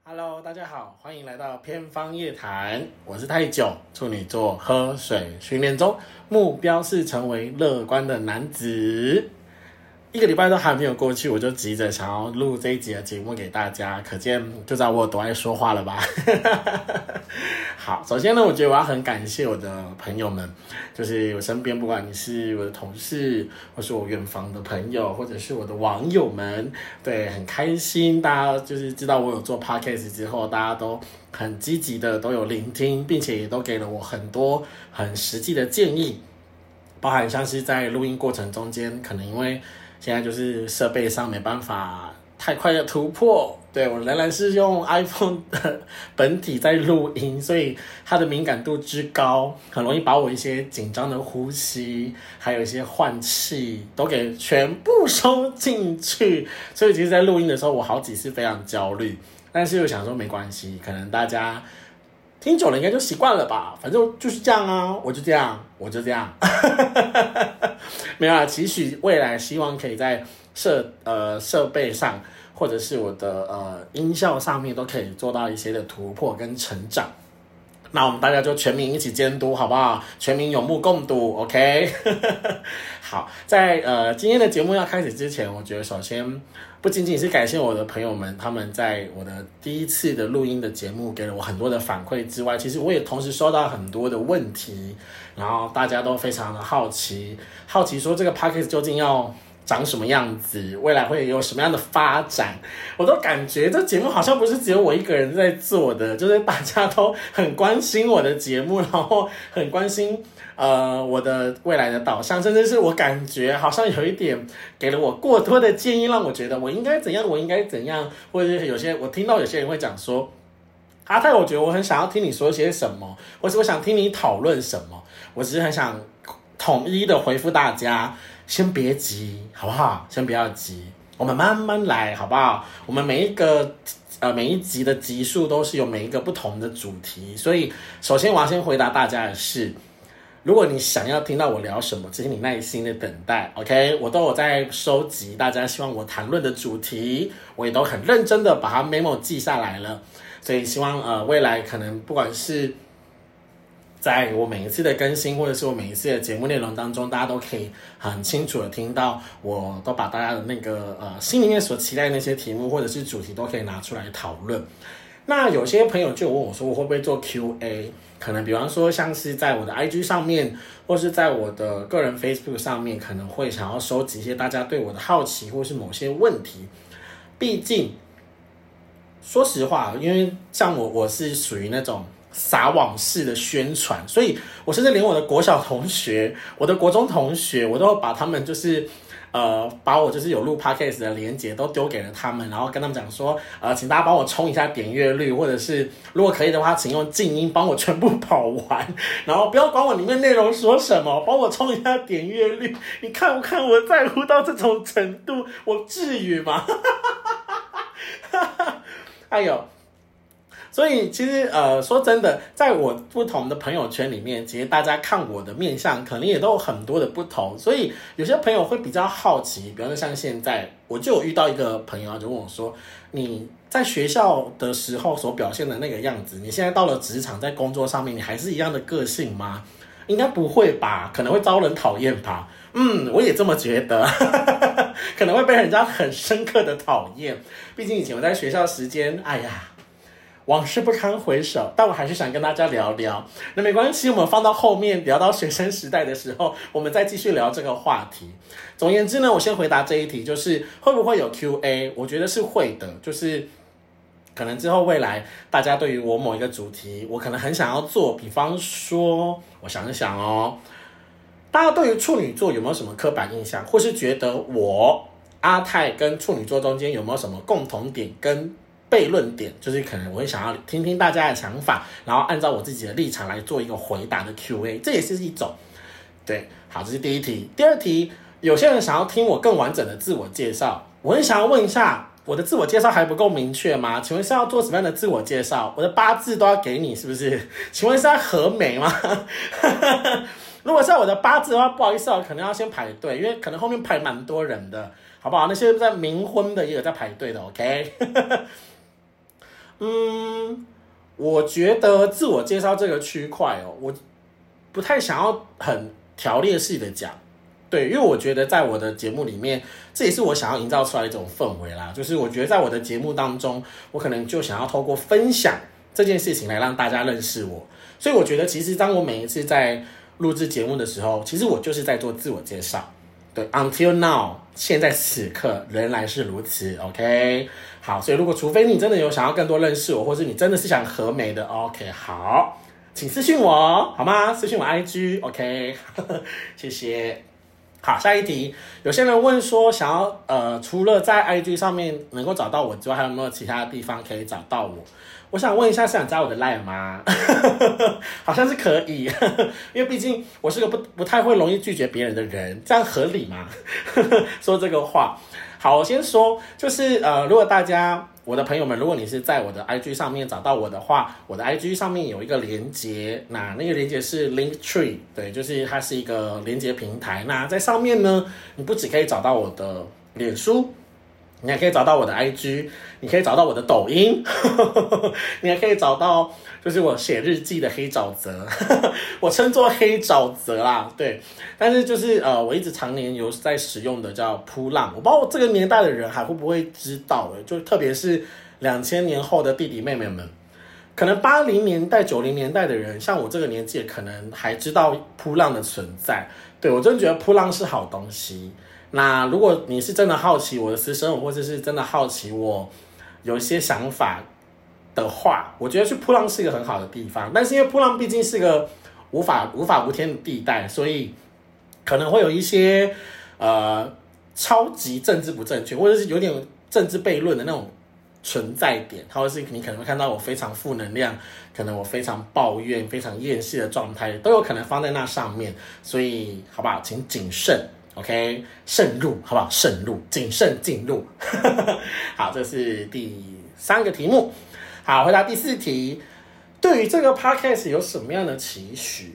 Hello， 大家好，欢迎来到偏方夜谈，我是太久，处女座，喝水训练中，目标是成为乐观的男子。一个礼拜都还没有过去，我就急着想要录这一集的节目给大家，可见就知道我有多爱说话了吧。好，首先呢，我觉得我要很感谢我的朋友们，就是我身边不管你是我的同事，或是我远房的朋友，或者是我的网友们，对，很开心，大家就是知道我有做 podcast 之后，大家都很积极的都有聆听，并且也都给了我很多很实际的建议，包含像是在录音过程中间，可能因为现在就是设备上没办法太快的突破，对，我仍然是用 iPhone 的本体在录音，所以它的敏感度之高，很容易把我一些紧张的呼吸，还有一些换气都给全部收进去，所以其实在录音的时候我好几次非常焦虑，但是又想说没关系，可能大家听久了应该就习惯了吧，反正就是这样啊，我就这样没有啦，期许未来希望可以在设备上，或者是我的音效上面都可以做到一些的突破跟成长。那我们大家就全民一起监督，好不好？全民有目共睹 ，OK？ 好，在今天的节目要开始之前，我觉得首先不仅仅是感谢我的朋友们，他们在我的第一次的录音的节目给了我很多的反馈之外，其实我也同时收到很多的问题，然后大家都非常的好奇说这个 podcast 究竟要长什么样子，未来会有什么样的发展，我都感觉这节目好像不是只有我一个人在做的，就是大家都很关心我的节目，然后很关心我的未来的导向，甚至是我感觉好像有一点给了我过多的建议，让我觉得我应该怎样，或者是我听到有些人会讲说，阿泰，我觉得我很想要听你说些什么，或是我想听你讨论什么，我只是很想统一的回复大家，先别急，好不好？先不要急，我们慢慢来，好不好？我们每一集的集数都是有每一个不同的主题，所以首先我要先回答大家的是，如果你想要听到我聊什么，请你耐心的等待 ，OK？ 我都有在收集大家希望我谈论的主题，我也都很认真的把它 memo 记下来了，所以希望未来可能不管是在我每一次的更新，或者是我每一次的节目内容当中，大家都可以很清楚的听到，我都把大家的那个心里面所期待的那些题目或者是主题都可以拿出来讨论。那有些朋友就问我说，我会不会做 Q&A？ 可能比方说像是在我的 IG 上面，或是在我的个人 Facebook 上面，可能会想要收集一些大家对我的好奇，或是某些问题。毕竟说实话，因为像我是属于那种撒网式的宣传，所以我甚至连我的国小同学、我的国中同学，我都把他们就是把我就是有录 podcast 的连结都丢给了他们，然后跟他们讲说请大家帮我冲一下点阅率，或者是如果可以的话，请用静音帮我全部跑完，然后不要管我里面内容说什么，帮我冲一下点阅率。你看不看我在乎到这种程度？我至于吗？哎呦，所以其实说真的，在我不同的朋友圈里面，其实大家看我的面向可能也都有很多的不同，所以有些朋友会比较好奇，比方说像现在我就有遇到一个朋友就问我说，你在学校的时候所表现的那个样子，你现在到了职场在工作上面，你还是一样的个性吗？应该不会吧，可能会招人讨厌吧。我也这么觉得，可能会被人家很深刻的讨厌。毕竟以前我在学校时间，哎呀，往事不堪回首，但我还是想跟大家聊聊。那没关系，我们放到后面聊到学生时代的时候，我们再继续聊这个话题。总而言之呢，我先回答这一题，就是会不会有 Q&A？ 我觉得是会的，就是可能之后未来大家对于我某一个主题，我可能很想要做，比方说，我想一想哦。大家对于处女座有没有什么刻板印象，或是觉得我阿泰跟处女座中间有没有什么共同点跟悖论点，就是可能我会想要听听大家的想法，然后按照我自己的立场来做一个回答的 Q&A， 这也是一种。对，好，这是第一题。第二题，有些人想要听我更完整的自我介绍，我很想要问一下，我的自我介绍还不够明确吗？请问是要做什么样的自我介绍？我的八字都要给你是不是？请问是要合美吗？如果是我的八字的话，不好意思，可能要先排队，因为可能后面排蛮多人的，好不好？那些在冥婚的也有在排队的 ，OK？ 我觉得自我介绍这个区块我不太想要很条列式的讲，对，因为我觉得在我的节目里面，这也是我想要营造出来的一种氛围啦。就是我觉得在我的节目当中，我可能就想要透过分享这件事情来让大家认识我。所以我觉得，其实当我每一次在录制节目的时候，其实我就是在做自我介绍。对 ，until now， 现在此刻仍然是如此。OK， 好，所以如果除非你真的有想要更多认识我，或是你真的是想和美的 ，OK， 好，请私讯我好吗？私讯我 IG，OK， 谢谢。好，下一题，有些人问说，想要除了在 IG 上面能够找到我之外，还有没有其他的地方可以找到我？我想问一下，是想加我的 LINE 吗？好像是可以，因为毕竟我是个不太会容易拒绝别人的人，这样合理吗？说这个话，好，我先说，就是如果大家我的朋友们，如果你是在我的 IG 上面找到我的话，我的 IG 上面有一个连结，那个连结是 Linktree， 对，就是它是一个连结平台。那在上面呢，你不只可以找到我的脸书，你还可以找到我的 IG， 你可以找到我的抖音，你还可以找到就是我写日记的黑沼泽，我称作黑沼泽啦，对。但是就是我一直常年有在使用的叫扑浪，我不知道这个年代的人还会不会知道就特别是2000年后的弟弟妹妹们，可能80年代、90年代的人，像我这个年纪，可能还知道扑浪的存在。对，我真的觉得扑浪是好东西。那如果你是真的好奇我的私生活，或者是真的好奇我有一些想法的话，我觉得去扑浪是一个很好的地方。但是因为扑浪毕竟是个无法无天的地带，所以可能会有一些超级政治不正确，或者是有点政治悖论的那种存在点，或者是你可能会看到我非常负能量，可能我非常抱怨、非常厌世的状态，都有可能放在那上面。所以好不好，请谨慎。OK， 慎入，好不好？慎入，谨慎进入。好，这是第3个题目。好，回答第4题。对于这个 podcast 有什么样的期许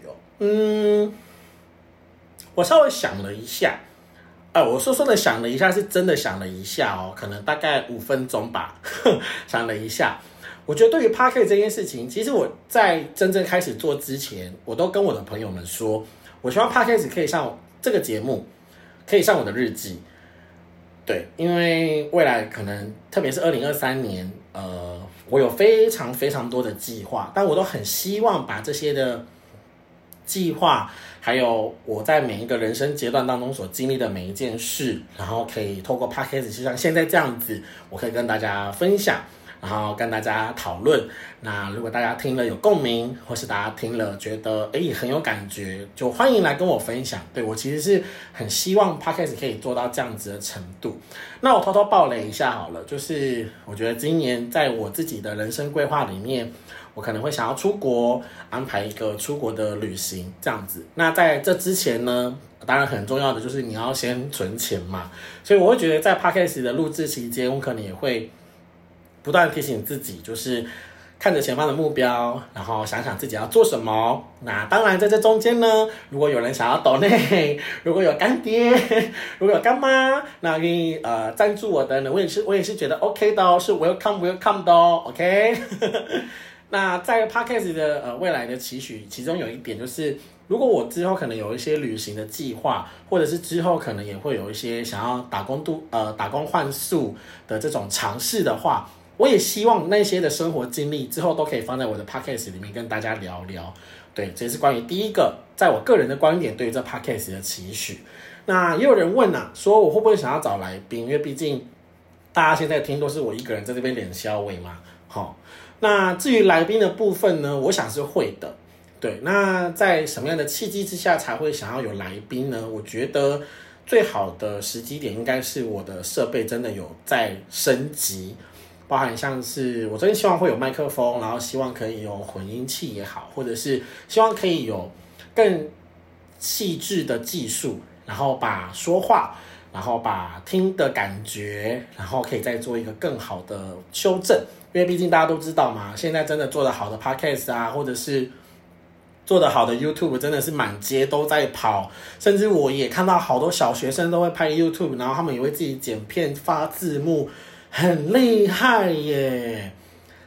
我稍微想了一下，我说的想了一下，是真的想了一下可能大概5分钟吧，想了一下。我觉得对于 podcast 这件事情，其实我在真正开始做之前，我都跟我的朋友们说，我希望 podcast 可以像这个节目。可以上我的日记，对，因为未来可能特别是2023年，我有非常非常多的计划，但我都很希望把这些的计划，还有我在每一个人生阶段当中所经历的每一件事，然后可以透过 podcast 就像现在这样子，我可以跟大家分享，然后跟大家讨论。那如果大家听了有共鸣，或是大家听了觉得很有感觉，就欢迎来跟我分享。对，我其实是很希望 podcast 可以做到这样子的程度。那我偷偷爆雷一下好了，就是我觉得今年在我自己的人生规划里面，我可能会想要出国，安排一个出国的旅行这样子。那在这之前呢，当然很重要的就是你要先存钱嘛，所以我会觉得在 podcast 的录制期间，我可能也会不断提醒自己，就是看着前方的目标，然后想想自己要做什么。那当然在这中间呢，如果有人想要抖内，如果有干爹，如果有干妈，那愿意赞助我的呢，我也是觉得 OK 的是 welcome 的OK 那在 podcast 的未来的期许，其中有一点就是，如果我之后可能有一些旅行的计划，或者是之后可能也会有一些想要打工换宿的这种尝试的话，我也希望那些的生活经历之后都可以放在我的 podcast 里面跟大家聊聊。对，这是关于第一个，在我个人的观点对于这 podcast 的期许。那也有人问说我会不会想要找来宾，因为毕竟大家现在听都是我一个人在这边脸消委嘛。那至于来宾的部分呢，我想是会的。对，那在什么样的契机之下才会想要有来宾呢？我觉得最好的时机点应该是我的设备真的有在升级，包含像是我真的希望会有麦克风，然后希望可以有混音器也好，或者是希望可以有更细致的技术，然后把说话，然后把听的感觉，然后可以再做一个更好的修正。因为毕竟大家都知道嘛，现在真的做得好的 podcast 啊，或者是做得好的 YouTube 真的是满街都在跑，甚至我也看到好多小学生都会拍 YouTube， 然后他们也会自己剪片发字幕，很厉害耶。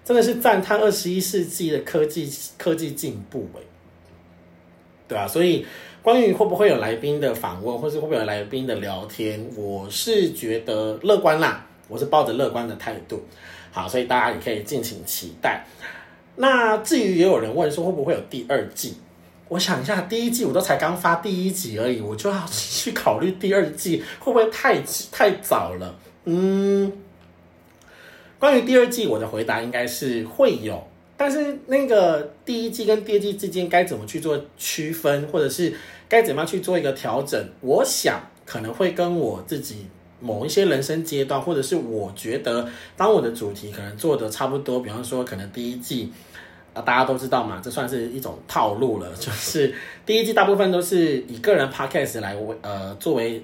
真的是赞叹21世纪的科技进步对啊，所以关于会不会有来宾的访问，或是会不会有来宾的聊天，我是觉得乐观啦，我是抱着乐观的态度。好，所以大家也可以敬请期待。那至于也有人问说会不会有第二季，我想一下，第一季我都才刚发第1集而已，我就要去考虑第2季会不会太早了？关于第2季，我的回答应该是会有，但是那个第1季跟第2季之间该怎么去做区分，或者是该怎么样去做一个调整，我想可能会跟我自己某一些人生阶段，或者是我觉得当我的主题可能做的差不多，比方说可能第1季。大家都知道嘛，这算是一种套路了，就是第1季大部分都是以个人 podcast 来作为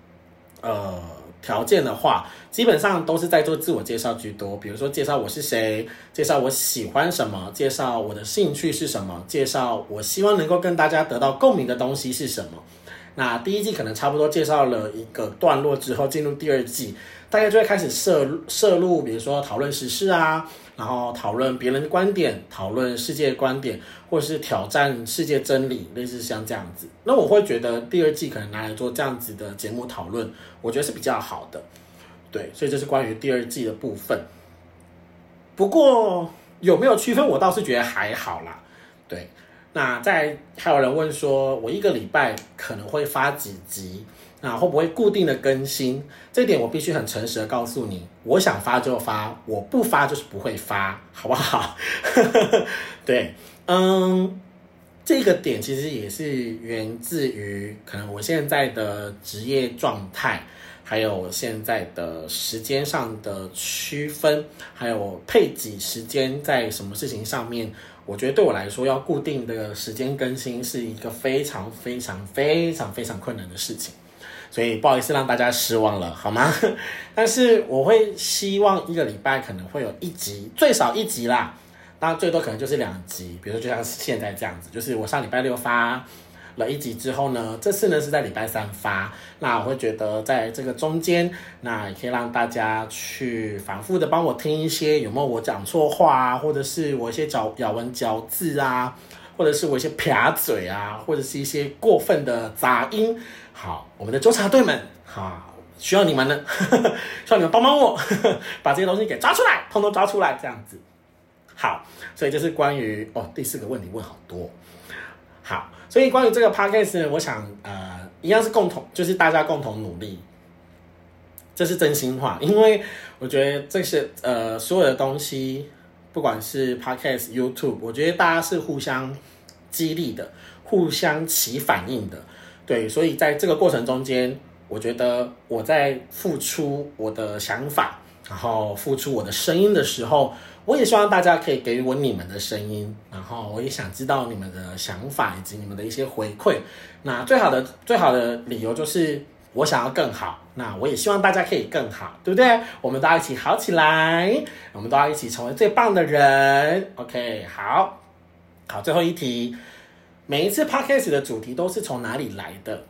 条件的话，基本上都是在做自我介绍居多，比如说介绍我是谁，介绍我喜欢什么，介绍我的兴趣是什么，介绍我希望能够跟大家得到共鸣的东西是什么。那第1季可能差不多介绍了一个段落之后，进入第2季，大家就会开始涉入，比如说讨论时事啊，然后讨论别人的观点，讨论世界观点，或者是挑战世界真理，类似像这样子。那我会觉得第2季可能拿来做这样子的节目讨论，我觉得是比较好的。对，所以这是关于第2季的部分。不过有没有区分，我倒是觉得还好啦。对。那还有人问说，我1个礼拜可能会发几集，那会不会固定的更新？这点我必须很诚实的告诉你，我想发就发，我不发就是不会发，好不好？对，这个点其实也是源自于可能我现在的职业状态，还有我现在的时间上的区分，还有配给时间在什么事情上面。我觉得对我来说，要固定的时间更新是一个非常非常非常非常困难的事情，所以不好意思让大家失望了，好吗？但是我会希望1个礼拜可能会有1集，最少1集啦，当然最多可能就是2集，比如说就像现在这样子，就是我上礼拜6发了1集之后呢，这次呢是在礼拜3发，那我会觉得在这个中间，那也可以让大家去反复的帮我听一些有没有我讲错话啊，或者是我一些咬文嚼字啊，或者是我一些撇嘴啊，或者是一些过分的杂音。好，我们的纠察队们，好，需要你们呢，需要你们帮我把这些东西给抓出来，通通抓出来，这样子。好，所以这是关于第4个问题问好多。好，所以关于这个 podcast 呢，我想一样是就是大家共同努力，这是真心话，因为我觉得这些所有的东西，不管是 podcast、YouTube， 我觉得大家是互相激励的，互相起反应的，对，所以在这个过程中间，我觉得我在付出我的想法，然后付出我的声音的时候，我也希望大家可以给予我你们的声音，然后我也想知道你们的想法以及你们的一些回馈。那最好的理由就是我想要更好，那我也希望大家可以更好，对不对？我们都要一起好起来，我们都要一起成为最棒的人。OK， 好，最后一题，每一次 podcast 的主题都是从哪里来的？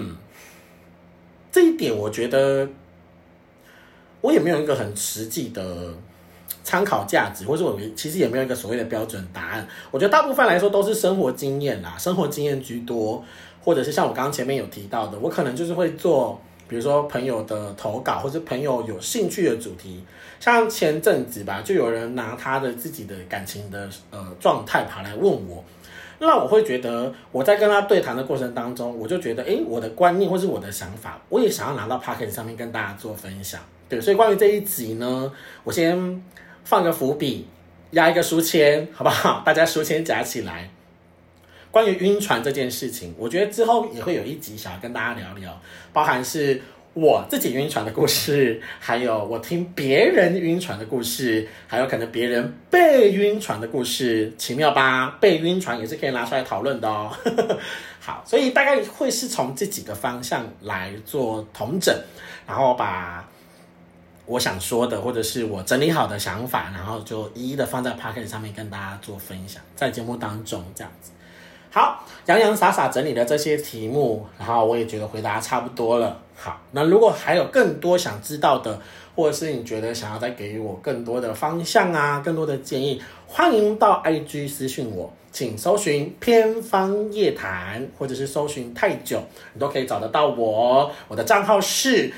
这一点我觉得我也没有一个很实际的参考价值，或者我其实也没有一个所谓的标准答案。我觉得大部分来说都是生活经验啦，生活经验居多，或者是像我刚刚前面有提到的，我可能就是会做，比如说朋友的投稿，或者朋友有兴趣的主题。像前阵子吧，就有人拿他的自己的感情的状态跑来问我，那我会觉得我在跟他对谈的过程当中，我就觉得我的观念或是我的想法，我也想要拿到 Podcast 上面跟大家做分享。对，所以关于这一集呢，我先放个伏笔，压一个书签，好不好？大家书签夹起来。关于晕船这件事情，我觉得之后也会有一集想要跟大家聊聊，包含是我自己晕船的故事，还有我听别人晕船的故事，还有可能别人被晕船的故事，奇妙吧？被晕船也是可以拿出来讨论的哦。好，所以大概会是从这几个方向来做统整，然后把我想说的，或者是我整理好的想法，然后就一一的放在 Podcast 上面跟大家做分享，在节目当中这样子。好，洋洋洒洒整理的这些题目，然后我也觉得回答差不多了。好，那如果还有更多想知道的， 或者是你觉得想要再给予我更多的方向啊，更多的建议，欢迎到 IG 私讯我，请搜寻偏方夜谈，或者是搜寻太久，你都可以找得到我。我的账号是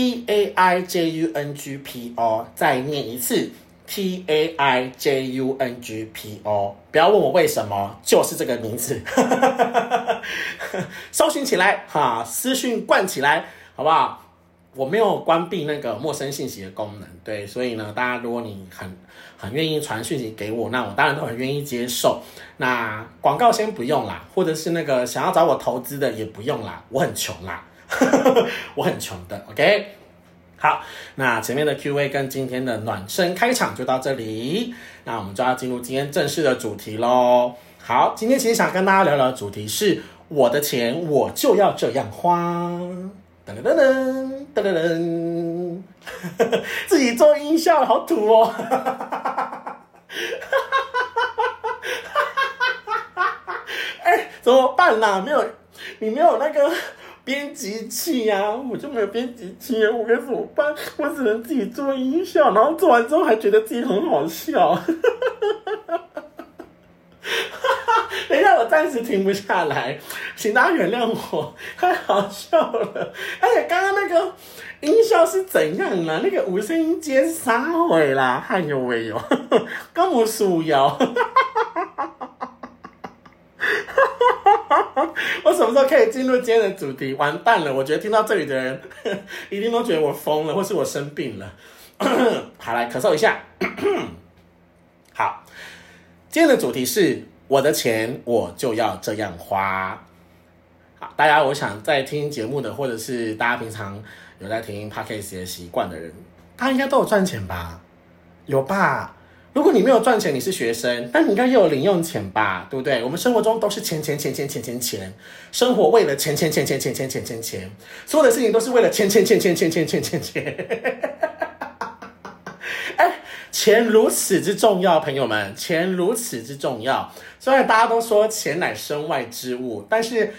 TAIJUNGPO， 再念一次 TAIJUNGPO， 不要问我为什么，就是这个名字。搜寻起来哈，私讯灌起来，好不好？我没有关闭那个陌生信息的功能，对，所以呢，大家如果你很愿意传讯息给我，那我当然都很愿意接受。那广告先不用啦，或者是那个想要找我投资的也不用啦，我很穷啦，我很穷的 ，OK。好，那前面的 Q&A 跟今天的暖身开场就到这里，那我们就要进入今天正式的主题咯。好，今天其实想跟大家聊聊的主题是我的钱我就要这样花。噔噔噔噔噔噔，自己做音效好土哦。怎么办啦？你没有那个编辑器啊，我就没有编辑器啊，我该怎么办？我只能自己做音效，然后做完之后还觉得自己很好笑。等一下，我暂时停不下来，请大家原谅我，太好笑了。而且刚刚那个音效是怎样啊？那个无声音接啥回啦？哎呦喂呦，刚我输腰。我什么时候可以进入今天的主题？完蛋了！我觉得听到这里的人一定都觉得我疯了，或是我生病了。好，来咳嗽一下。好，今天的主题是我的钱我就要这样花。好，大家我想在听节目的，或者是大家平常有在听 Podcast 的习惯的人，大家应该都有赚钱吧？有吧？如果你没有赚钱，你是学生，但你应该也有零用钱吧，对不对？我们生活中都是钱，生活为了钱，所有的事情都是为了钱。哎，钱如此之重要，朋友们，钱如此之重要。虽然大家都说钱乃身外之物，但是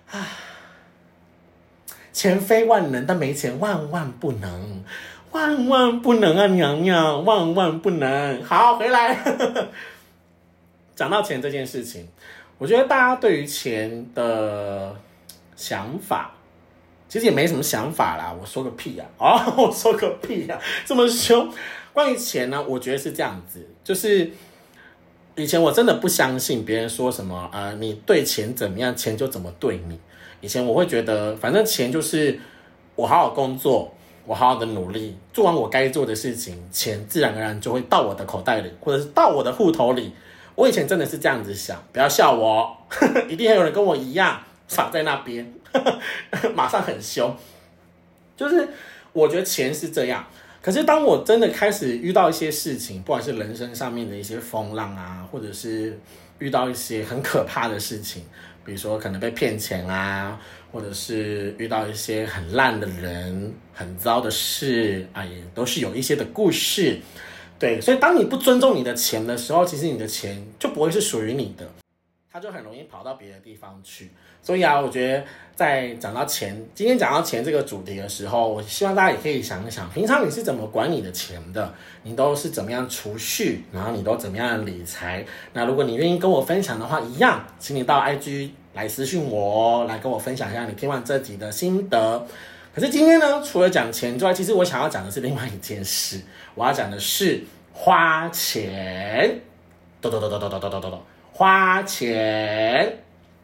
钱非万能，但没钱万万不能。万万不能啊，娘娘，万万不能。好，回来。讲到钱这件事情，我觉得大家对于钱的想法，其实也没什么想法啦。我说个屁啊！我说个屁啊！这么凶。关于钱呢，我觉得是这样子，就是以前我真的不相信别人说什么你对钱怎么样，钱就怎么对你。以前我会觉得，反正钱就是我好好工作。我好好的努力，做完我该做的事情，钱自然而然就会到我的口袋里，或者是到我的户头里。我以前真的是这样子想，不要笑我，一定还有人跟我一样傻在那边，马上很凶。就是我觉得钱是这样，可是当我真的开始遇到一些事情，不管是人生上面的一些风浪啊，或者是遇到一些很可怕的事情，比如说可能被骗钱啊，或者是遇到一些很烂的人、很糟的事啊，也都是有一些的故事。对，所以当你不尊重你的钱的时候，其实你的钱就不会是属于你的，它就很容易跑到别的地方去。所以我觉得在讲到钱，今天讲到钱这个主题的时候，我希望大家也可以想一想，平常你是怎么管你的钱的？你都是怎么样储蓄，然后你都怎么样理财？那如果你愿意跟我分享的话，一样，请你到 IG 来私讯我来跟我分享一下你听完这集的心得。可是今天呢，除了讲钱之外，其实我想要讲的是另外一件事，我要讲的是花钱。花钱。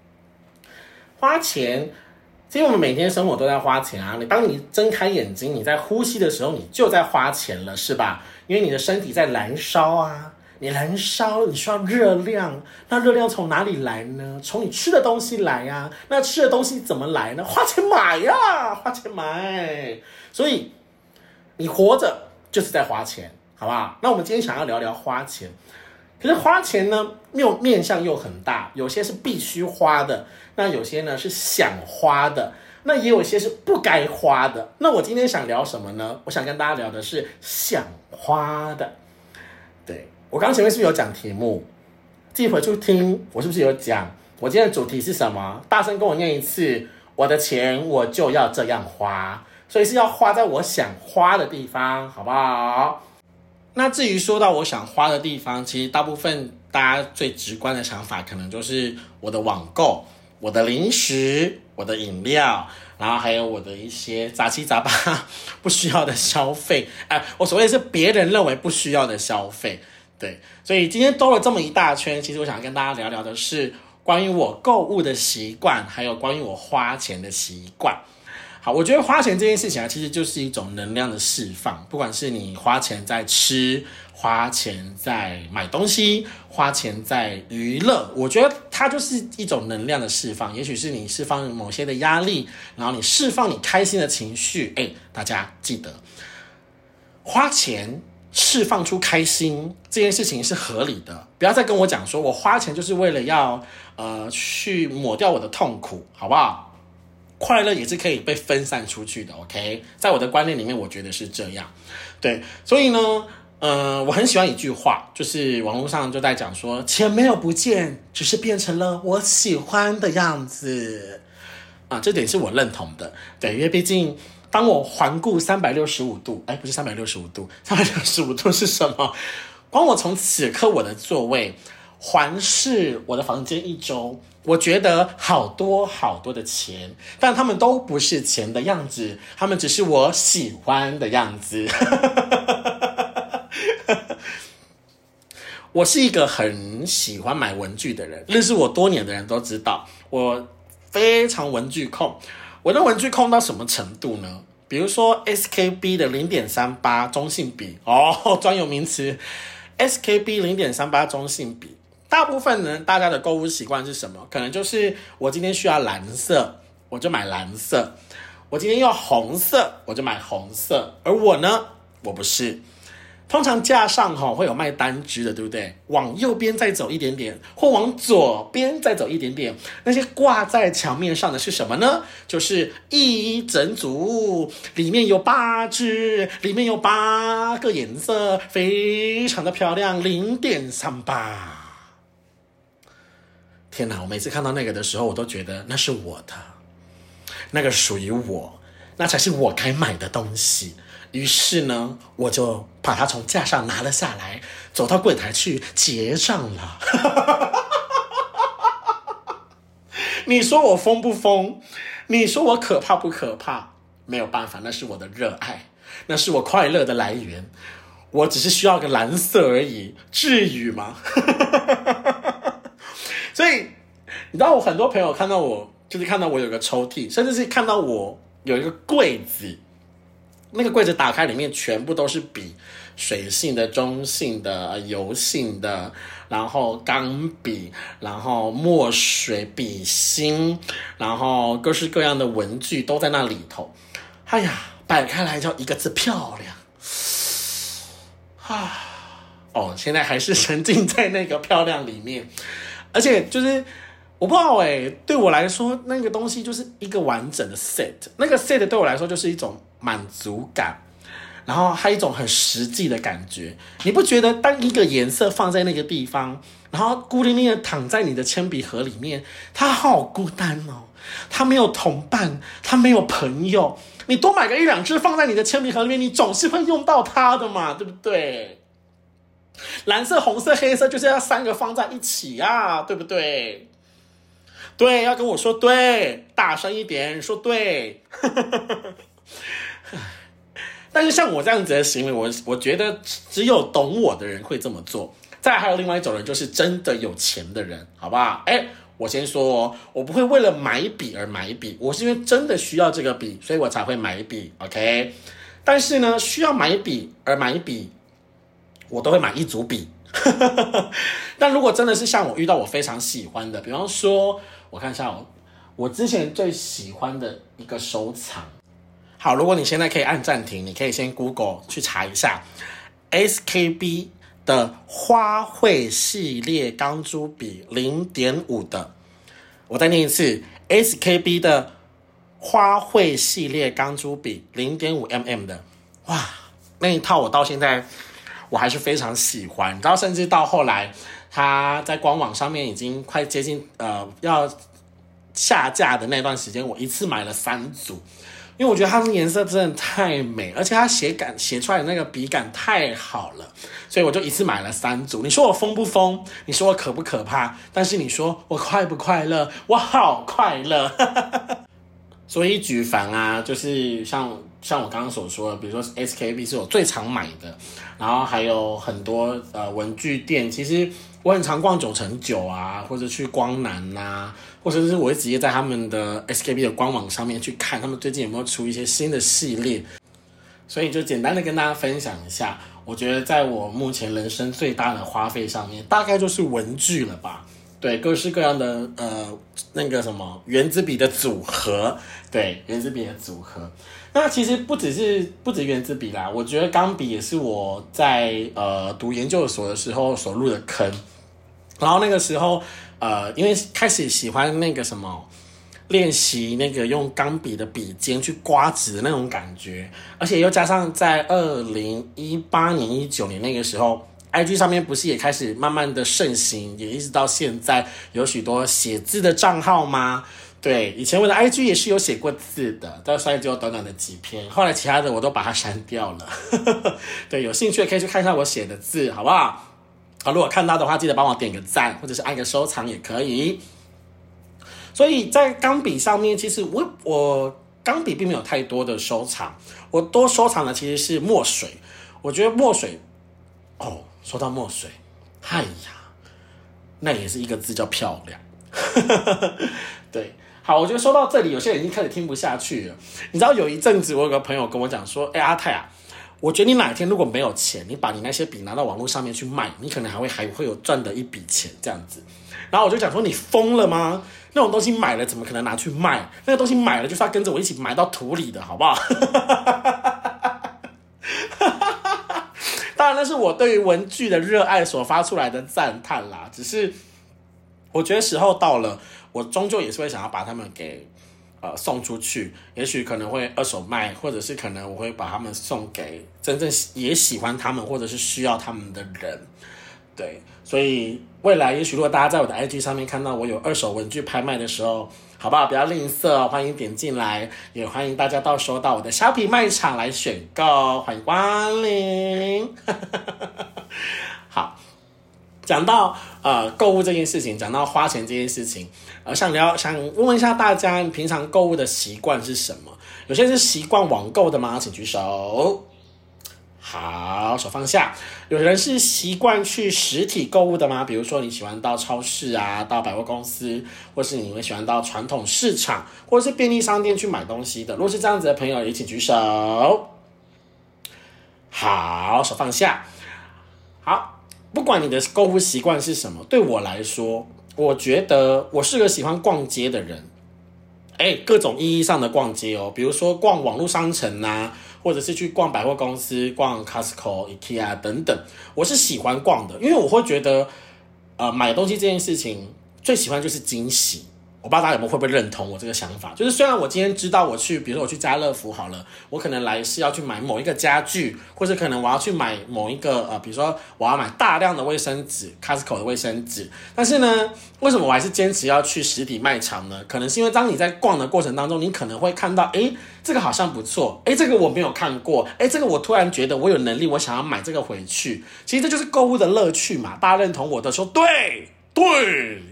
其实我们每天生活都在花钱啊！当你睁开眼睛，你在呼吸的时候，你就在花钱了，是吧？因为你的身体在燃烧啊，你燃烧，你需要热量，那热量从哪里来呢？从你吃的东西来啊。那吃的东西怎么来呢？花钱买呀，花钱买。所以你活着就是在花钱，好不好？那我们今天想要聊聊花钱。可是花钱呢，面向又很大，有些是必须花的，那有些呢是想花的，那也有些是不该花的。那我今天想聊什么呢？我想跟大家聊的是想花的。对，我刚前面是不是有讲题目？自己回去听，我是不是有讲？我今天的主题是什么？大声跟我念一次：我的钱我就要这样花。 所以是要花在我想花的地方，好不好？那至于说到我想花的地方，其实大部分大家最直观的想法可能就是我的网购、我的零食、我的饮料，然后还有我的一些杂七杂八不需要的消费，我所谓的是别人认为不需要的消费。对，所以今天兜了这么一大圈，其实我想跟大家聊聊的是关于我购物的习惯，还有关于我花钱的习惯。好，我觉得花钱这件事情其实就是一种能量的释放，不管是你花钱在吃，花钱在买东西，花钱在娱乐，我觉得它就是一种能量的释放。也许是你释放某些的压力，然后你释放你开心的情绪。大家记得花钱释放出开心这件事情是合理的，不要再跟我讲说我花钱就是为了要去抹掉我的痛苦，好不好？快乐也是可以被分散出去的 ，OK？ 在我的观念里面，我觉得是这样。对，所以呢，我很喜欢一句话，就是网络上就在讲说，钱没有不见，只是变成了我喜欢的样子啊，这点是我认同的。对，因为毕竟当我环顾365度，不是365度，365度是什么？光我从此刻我的座位环视我的房间一周，我觉得好多好多的钱，但他们都不是钱的样子，他们只是我喜欢的样子。我是一个很喜欢买文具的人，认识我多年的人都知道，我非常文具控。我的文具控到什么程度呢？比如说 SKB 的 0.38 中性笔，专有名词 SKB 0.38 中性笔。大部分人大家的购物习惯是什么？可能就是我今天需要蓝色，我就买蓝色；我今天要红色，我就买红色。而我呢，我不是。通常架上会有卖单支的，对不对？往右边再走一点点，或往左边再走一点点，那些挂在墙面上的是什么呢？就是一整组，里面有8支，里面有8个颜色，非常的漂亮， 0.38。天哪，我每次看到那个的时候，我都觉得那是我的，那个属于我，那才是我该买的东西。于是呢，我就把它从架上拿了下来，走到柜台去结账了。你说我疯不疯？你说我可怕不可怕？没有办法，那是我的热爱，那是我快乐的来源。我只是需要个蓝色而已，至于吗？所以你知道，我很多朋友看到我，就是看到我有个抽屉，甚至是看到我有一个柜子，那个柜子打开，里面全部都是笔，水性的、中性的、油性的，然后钢笔，然后墨水、笔芯，然后各式各样的文具都在那里头。哎呀，摆开来叫一个字漂亮。现在还是沉浸在那个漂亮里面。而且就是我不知道对我来说那个东西就是一个完整的 set， 那个 set 对我来说就是一种满足感，然后还有一种很实际的感觉。你不觉得当一个颜色放在那个地方，然后孤零零的躺在你的铅笔盒里面，它好孤单哦，它没有同伴，它没有朋友。你多买个1-2支放在你的铅笔盒里面，你总是会用到它的嘛，对不对？蓝色、红色、黑色就是要3个放在一起啊，对不对？对，要跟我说对，大声一点说对。但是像我这样子的行为，我觉得只有懂我的人会这么做。再来还有另外一种人，就是真的有钱的人，好不好？我先说我不会为了买笔而买笔，我是因为真的需要这个笔，所以我才会买笔 ，OK？ 但是呢，需要买笔而买笔，我都会买一组笔。但如果真的是像我遇到我非常喜欢的，比方说我看一下我之前最喜欢的一个收藏。好，如果你现在可以按暂停，你可以先 Google 去查一下 SKB 的花卉系列钢珠笔 0.5 的，我再念一次 SKB 的花卉系列钢珠笔 0.5mm 的。哇，那一套我到现在我还是非常喜欢，你知道，甚至到后来它在官网上面已经快接近要下架的那段时间，我一次买了3组。 因为我觉得它的颜色真的太美，而且它写出来的那个笔感太好了，所以我就一次买了3组。你说我疯不疯？你说我可不可怕？但是你说我快不快乐？我好快乐。所以举凡啊，就是像我刚刚所说的，比如说 SKP 是我最常买的，然后还有很多文具店，其实我很常逛9×9啊，或者去光南啊，或者是我会直接在他们的 SKP 的官网上面去看他们最近有没有出一些新的系列，所以就简单的跟大家分享一下，我觉得在我目前人生最大的花费上面，大概就是文具了吧。对，各式各样的那个什么原子笔的组合，对，原子笔的组合。那其实不止原子笔啦，我觉得钢笔也是我在读研究所的时候所入的坑。然后那个时候因为开始喜欢那个什么练习那个用钢笔的笔尖去刮纸的那种感觉，而且又加上在2018年19年那个时候。IG 上面不是也开始慢慢的盛行，也一直到现在有许多写字的账号吗？对，以前我的 IG 也是有写过字的，但虽然只有短短的几篇，后来其他的我都把它删掉了。对，有兴趣的可以去看一下我写的字，好不好？好，如果看到的话，记得帮我点个赞，或者是按个收藏也可以。所以在钢笔上面，其实我钢笔并没有太多的收藏，我多收藏的其实是墨水。我觉得墨水，说到墨水，哎呀，那也是一个字叫漂亮。对，好，我觉得说到这里，有些人已经开始听不下去了。你知道有一阵子，我有个朋友跟我讲说，阿泰啊，我觉得你哪一天如果没有钱，你把你那些笔拿到网络上面去卖，你可能还会有赚的一笔钱这样子。然后我就讲说，你疯了吗？那种东西买了怎么可能拿去卖？那个东西买了就是要跟着我一起埋到土里的，好不好？当然那是我对于文具的热爱所发出来的赞叹啦，只是我觉得时候到了，我终究也是会想要把他们给送出去，也许可能会二手卖，或者是可能我会把他们送给真正也喜欢他们或者是需要他们的人。对，所以未来也许如果大家在我的 IG 上面看到我有二手文具拍卖的时候，好不好？不要吝啬哦，欢迎点进来，也欢迎大家到时候到我的虾皮卖场来选购，欢迎光临。好，讲到购物这件事情，讲到花钱这件事情，想问问一下大家，平常购物的习惯是什么？有些是习惯网购的吗？请举手。好，手放下。有人是习惯去实体购物的吗？比如说你喜欢到超市啊，到百货公司，或是你会喜欢到传统市场，或者是便利商店去买东西的。如果是这样子的朋友，也请举手。好，手放下。好，不管你的购物习惯是什么，对我来说，我觉得我是个喜欢逛街的人。各种意义上的逛街哦，比如说逛网络商城啊，或者是去逛百货公司、逛 Costco、IKEA 等等，我是喜欢逛的，因为我会觉得，买东西这件事情最喜欢就是惊喜。我不知道大家会不会认同我这个想法，就是虽然我今天知道比如说我去家乐福好了，我可能来是要去买某一个家具，或者可能我要去买某一个比如说我要买大量的卫生纸 ，Costco 的卫生纸，但是呢，为什么我还是坚持要去实体卖场呢？可能是因为当你在逛的过程当中，你可能会看到，这个好像不错，这个我没有看过，这个我突然觉得我有能力，我想要买这个回去。其实这就是购物的乐趣嘛，大家认同我的说对。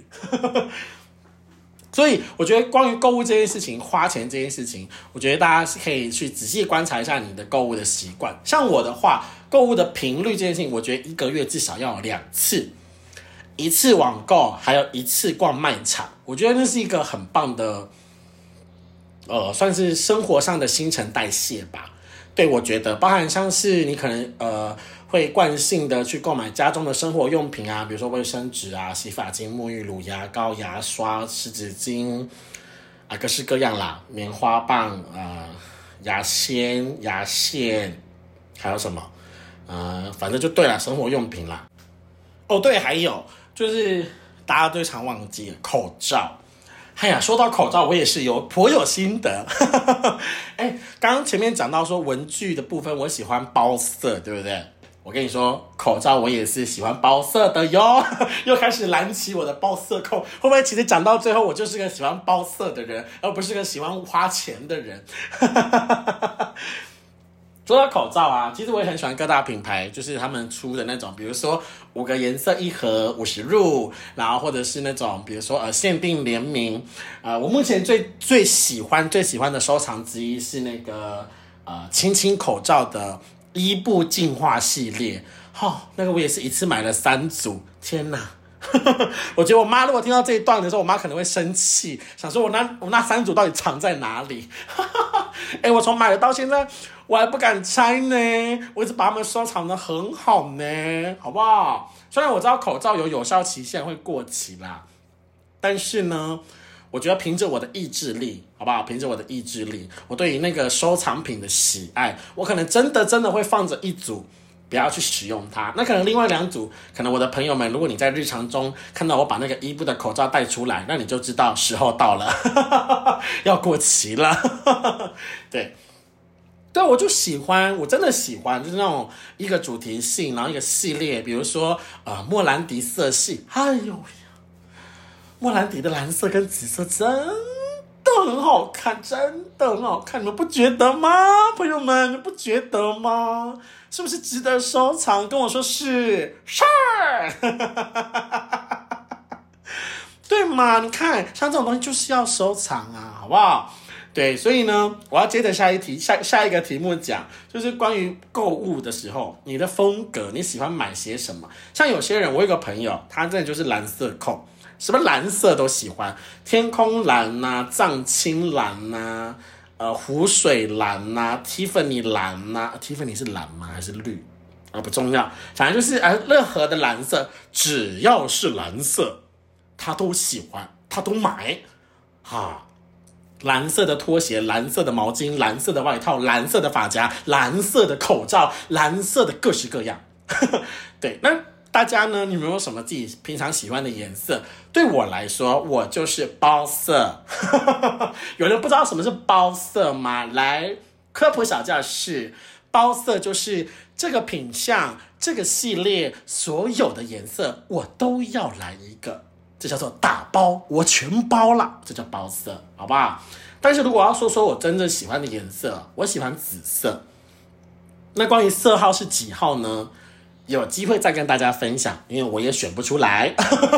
所以我觉得关于购物这件事情，花钱这件事情，我觉得大家是可以去仔细观察一下你的购物的习惯。像我的话，购物的频率这件事情，我觉得1个月至少要有2次，一次网购，还有一次逛卖场。我觉得那是一个很棒的，算是生活上的新陈代谢吧。对，我觉得包含像是你可能会惯性的去购买家中的生活用品啊，比如说卫生纸啊、洗发精、沐浴乳、牙膏、牙刷、湿纸巾啊，各式各样啦，棉花棒牙签、牙线，还有什么反正就对啦，生活用品啦。对，还有就是大家最常忘记了口罩。说到口罩，我也是颇有心得。刚刚前面讲到说文具的部分，我喜欢包色，对不对？ 我跟你说，口罩我也是喜欢包色的哟，又开始燃起我的包色控。会不会其实讲到最后，我就是个喜欢包色的人，而不是个喜欢花钱的人？说到口罩啊，其实我也很喜欢各大品牌，就是他们出的那种，比如说5个颜色1盒50入，然后或者是那种比如说限定联名。我目前最喜欢的收藏之一是那个青青口罩的伊布净化系列。那个我也是一次买了3组，天哪！我觉得我妈如果听到这一段的时候，我妈可能会生气，想说我那3组到底藏在哪里？我从买了到现在，我还不敢拆呢，我一直把它们收藏的很好呢，好不好？虽然我知道口罩有效期限会过期啦，但是呢，我觉得凭着我的意志力，好不好？凭着我的意志力，我对于那个收藏品的喜爱，我可能真的会放着一组，不要去使用它。那可能另外2组，可能我的朋友们，如果你在日常中看到我把那个伊布的口罩带出来，那你就知道时候到了，要过期了。对，我就喜欢，我真的喜欢，就是那种一个主题性，然后一个系列，比如说莫兰迪色系，哎呦呀，莫兰迪的蓝色跟紫色真的很好看，真的很好看，你们不觉得吗？朋友们，你不觉得吗？是不是值得收藏？跟我说是对嘛？你看，像这种东西就是要收藏啊，好不好？对，所以呢，我要接着下一个题目讲，就是关于购物的时候，你的风格，你喜欢买些什么？像有些人，我有个朋友，他真的就是蓝色控，什么蓝色都喜欢，天空蓝啊，藏青蓝啊，湖水蓝啊，Tiffany 蓝啊，Tiffany 是蓝吗？还是绿？不重要，反正就是任何的蓝色，只要是蓝色，他都喜欢，他都买，蓝色的拖鞋，蓝色的毛巾，蓝色的外套，蓝色的发夹，蓝色的口罩，蓝色的各式各样。对，那大家呢？你们有什么自己平常喜欢的颜色？对我来说，我就是包色。有人不知道什么是包色吗？来，科普小教室，包色就是这个品项、这个系列所有的颜色，我都要来一个。这叫做打包，我全包了，这叫包色，好不好？但是如果要说我真正喜欢的颜色，我喜欢紫色。那关于色号是几号呢？有机会再跟大家分享，因为我也选不出来。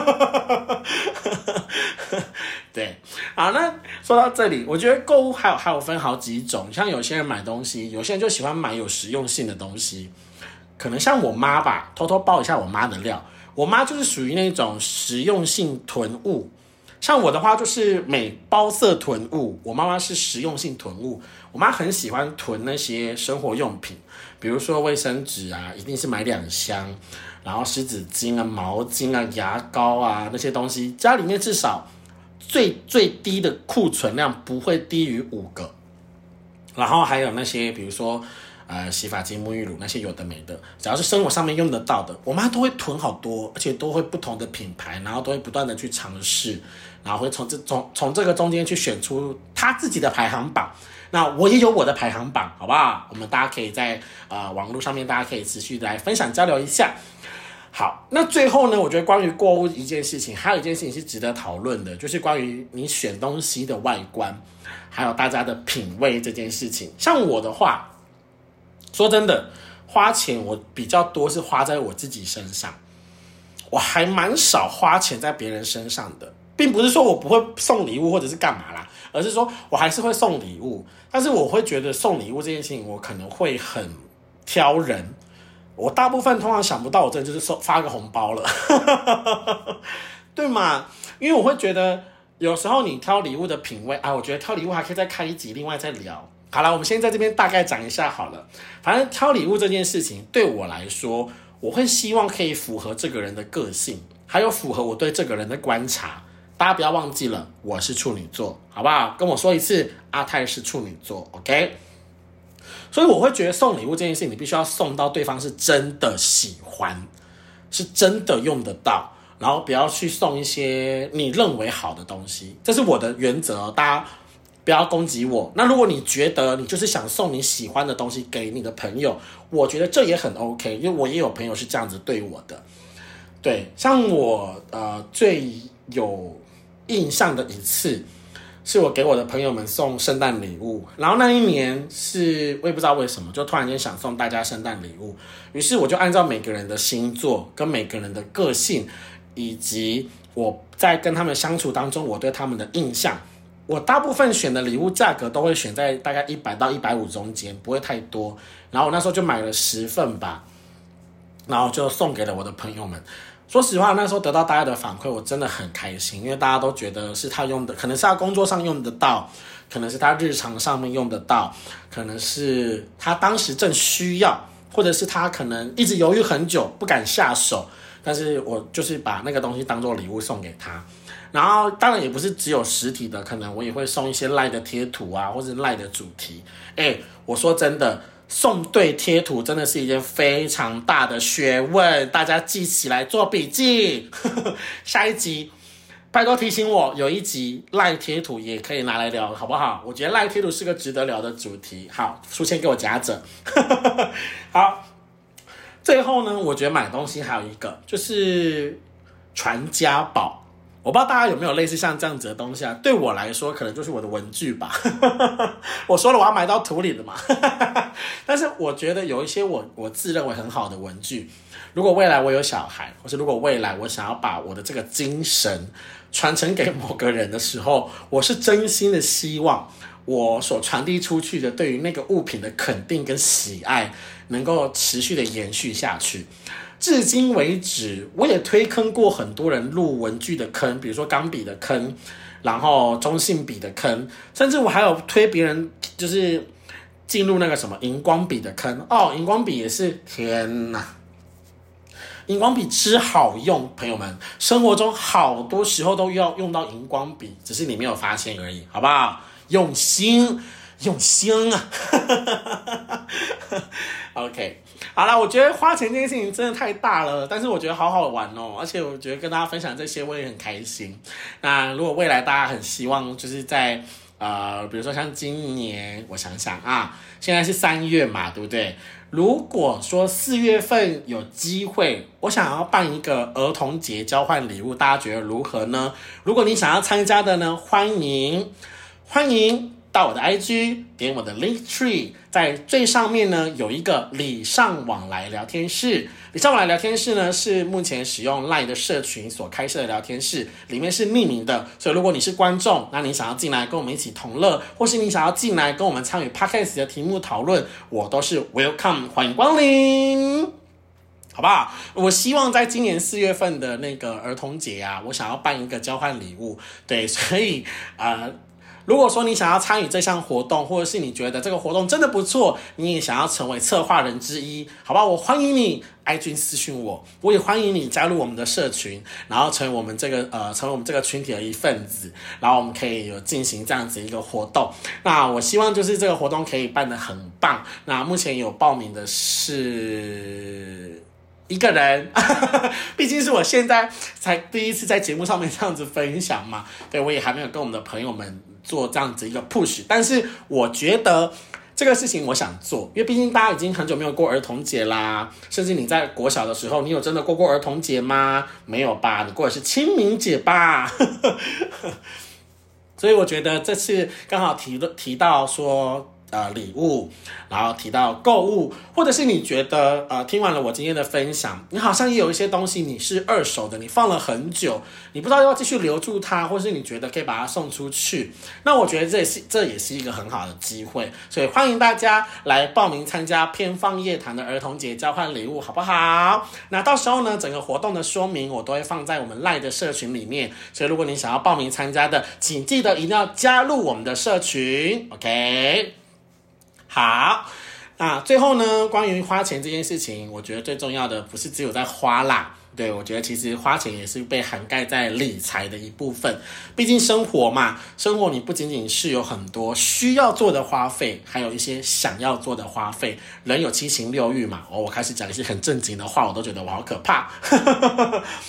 对，好，那说到这里，我觉得购物还有分好几种，像有些人买东西，有些人就喜欢买有实用性的东西，可能像我妈吧，偷偷爆一下我妈的料。我妈就是属于那种实用性囤物，像我的话就是包色囤物，我妈妈是实用性囤物。我妈很喜欢囤那些生活用品，比如说卫生纸啊，一定是买2箱，然后湿纸巾啊、毛巾啊、牙膏啊那些东西，家里面至少最低的库存量不会低于5个。然后还有那些比如说洗发精、沐浴乳那些有的没的，只要是生活上面用得到的，我妈都会囤好多，而且都会不同的品牌，然后都会不断的去尝试，然后会从这个中间去选出她自己的排行榜。那我也有我的排行榜，好不好？我们大家可以在网络上面，大家可以持续的来分享交流一下。好，那最后呢，我觉得关于购物一件事情，还有一件事情是值得讨论的，就是关于你选东西的外观，还有大家的品味这件事情。像我的话，说真的，花钱我比较多是花在我自己身上，我还蛮少花钱在别人身上的，并不是说我不会送礼物或者是干嘛啦，而是说我还是会送礼物，但是我会觉得送礼物这件事情我可能会很挑人，我大部分通常想不到，我真的就是发个红包了。对嘛？因为我会觉得有时候你挑礼物的品味我觉得挑礼物还可以再开一集另外再聊。好了，我们先在这边大概讲一下好了。反正挑礼物这件事情对我来说，我会希望可以符合这个人的个性，还有符合我对这个人的观察。大家不要忘记了，我是处女座，好不好？跟我说一次，阿泰是处女座 ，OK？ 所以我会觉得送礼物这件事情，你必须要送到对方是真的喜欢，是真的用得到，然后不要去送一些你认为好的东西，这是我的原则。大家不要攻击我。那如果你觉得你就是想送你喜欢的东西给你的朋友，我觉得这也很 OK， 因为我也有朋友是这样子对我的。对，像我最有印象的一次，是我给我的朋友们送圣诞礼物，然后那一年是我也不知道为什么，就突然间想送大家圣诞礼物，于是我就按照每个人的星座跟每个人的个性，以及我在跟他们相处当中我对他们的印象，我大部分选的礼物价格都会选在大概100到150中间，不会太多。然后我那时候就买了10份吧，然后就送给了我的朋友们。说实话，那时候得到大家的反馈，我真的很开心，因为大家都觉得是他用的，可能是他工作上用得到，可能是他日常上面用得到，可能是他当时正需要，或者是他可能一直犹豫很久不敢下手，但是我就是把那个东西当做礼物送给他。然后当然也不是只有实体的，可能我也会送一些LINE的贴图啊，或者LINE的主题。我说真的，送对贴图真的是一件非常大的学问，大家记起来做笔记。下一集拜托提醒我，有一集LINE贴图也可以拿来聊，好不好？我觉得LINE贴图是个值得聊的主题。好，书签给我夹着。好，最后呢，我觉得买东西还有一个就是传家宝。我不知道大家有没有类似像这样子的东西啊？对我来说，可能就是我的文具吧。我说了，我要埋到土里的嘛。但是我觉得有一些我自认为很好的文具，如果未来我有小孩，或是如果未来我想要把我的这个精神传承给某个人的时候，我是真心的希望我所传递出去的对于那个物品的肯定跟喜爱，能够持续的延续下去。至今为止，我也推坑过很多人入文具的坑，比如说钢笔的坑，然后中性笔的坑，甚至我还有推别人就是进入那个什么荧光笔的坑。荧光笔也是，天哪！荧光笔之好用，朋友们，生活中好多时候都要用到荧光笔，只是你没有发现而已，好不好？用心啊！OK。好啦，我觉得花钱这件事情真的太大了，但是我觉得好好玩哦，而且我觉得跟大家分享这些我也很开心。那如果未来大家很希望就是在比如说像今年，我想想啊，现在是3月嘛，对不对？如果说4月份有机会，我想要办一个儿童节交换礼物，大家觉得如何呢？如果你想要参加的呢，欢迎到我的 IG， 点我的 Linktree， 在最上面呢有一个礼尚往来聊天室。礼尚往来聊天室呢是目前使用 LINE 的社群所开设的聊天室，里面是匿名的，所以如果你是观众，那你想要进来跟我们一起同乐，或是你想要进来跟我们参与 Podcast 的题目讨论，我都是 welcome， 欢迎光临。好不好？我希望在今年4月份的那个儿童节啊，我想要办一个交换礼物，对，所以如果说你想要参与这项活动，或者是你觉得这个活动真的不错，你也想要成为策划人之一，好吧，我欢迎你 IG 私讯我，我也欢迎你加入我们的社群，然后成为我们这个群体的一份子，然后我们可以有进行这样子一个活动。那我希望就是这个活动可以办得很棒。那目前有报名的是一个人，毕竟是我现在才第一次在节目上面这样子分享嘛，对，我也还没有跟我们的朋友们做这样子一个 push， 但是我觉得这个事情我想做，因为毕竟大家已经很久没有过儿童节啦，甚至你在国小的时候，你有真的过儿童节吗？没有吧，你过的是清明节吧。所以我觉得这次刚好提到说礼物，然后提到购物，或者是你觉得听完了我今天的分享，你好像也有一些东西你是二手的，你放了很久，你不知道要继续留住它，或是你觉得可以把它送出去，那我觉得这也是一个很好的机会，所以欢迎大家来报名参加偏放夜谈的儿童节交换礼物，好不好？那到时候呢，整个活动的说明我都会放在我们 LINE 的社群里面，所以如果你想要报名参加的，请记得一定要加入我们的社群 ，OK？好，那最后呢，关于花钱这件事情，我觉得最重要的不是只有在花啦，对，我觉得其实花钱也是被涵盖在理财的一部分，毕竟生活嘛，生活你不仅仅是有很多需要做的花费，还有一些想要做的花费，人有七情六欲嘛，我开始讲一些很正经的话，我都觉得我好可怕。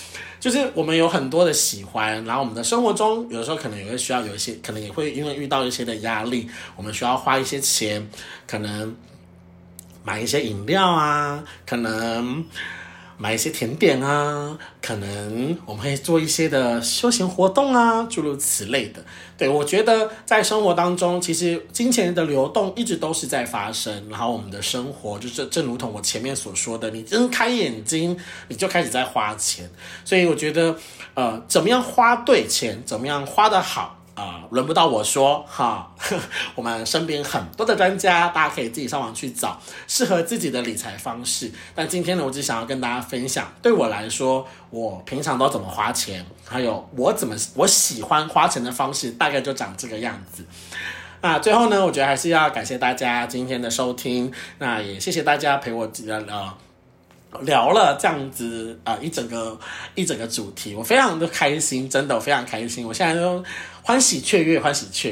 就是我们有很多的喜欢，然后我们的生活中有的时候可能也会需要有一些，可能也会因为遇到一些的压力，我们需要花一些钱，可能买一些饮料啊，可能买一些甜点啊，可能我们会做一些的休闲活动啊，诸如此类的。对，我觉得在生活当中，其实金钱的流动一直都是在发生，然后我们的生活就是正如同我前面所说的，你睁开眼睛你就开始在花钱，所以我觉得怎么样花对钱，怎么样花得好轮不到我说哈，我们身边很多的专家，大家可以自己上网去找适合自己的理财方式。但今天呢，我只想要跟大家分享，对我来说，我平常都怎么花钱，还有我喜欢花钱的方式，大概就长这个样子。那最后呢，我觉得还是要感谢大家今天的收听，那也谢谢大家陪我聊了这样子一整个主题，我非常的开心，真的我非常开心，我现在都欢喜雀跃。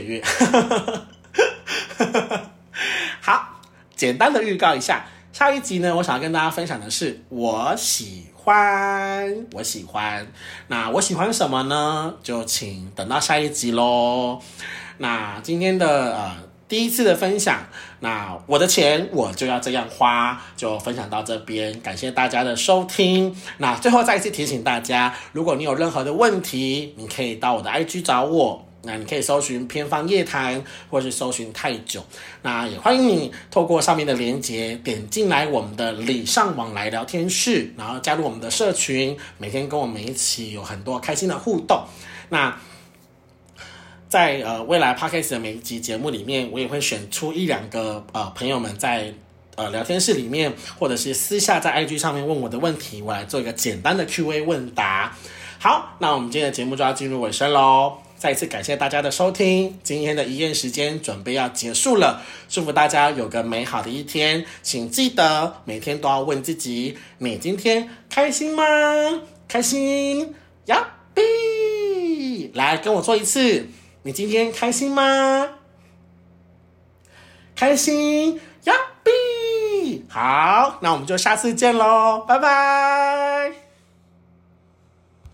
好，简单的预告一下，下一集呢，我想要跟大家分享的是我喜欢。那我喜欢什么呢？就请等到下一集咯。那今天的第一次的分享，那我的钱我就要这样花，就分享到这边，感谢大家的收听。那最后再一次提醒大家，如果你有任何的问题，你可以到我的 IG 找我，那你可以搜寻偏方夜谈，或是搜寻太久。那也欢迎你透过上面的连结点进来我们的礼尚往来聊天室，然后加入我们的社群，每天跟我们一起有很多开心的互动。那在未来 Podcast 的每一集节目里面，我也会选出一两个朋友们在聊天室里面，或者是私下在 IG 上面问我的问题，我来做一个简单的 Q&A 问答。好，那我们今天的节目就要进入尾声咯。再一次感谢大家的收听，今天的遗言时间准备要结束了，祝福大家有个美好的一天，请记得每天都要问自己，你今天开心吗？开心呀比，来跟我做一次，你今天开心吗？开心呀比，好，那我们就下次见咯，拜拜。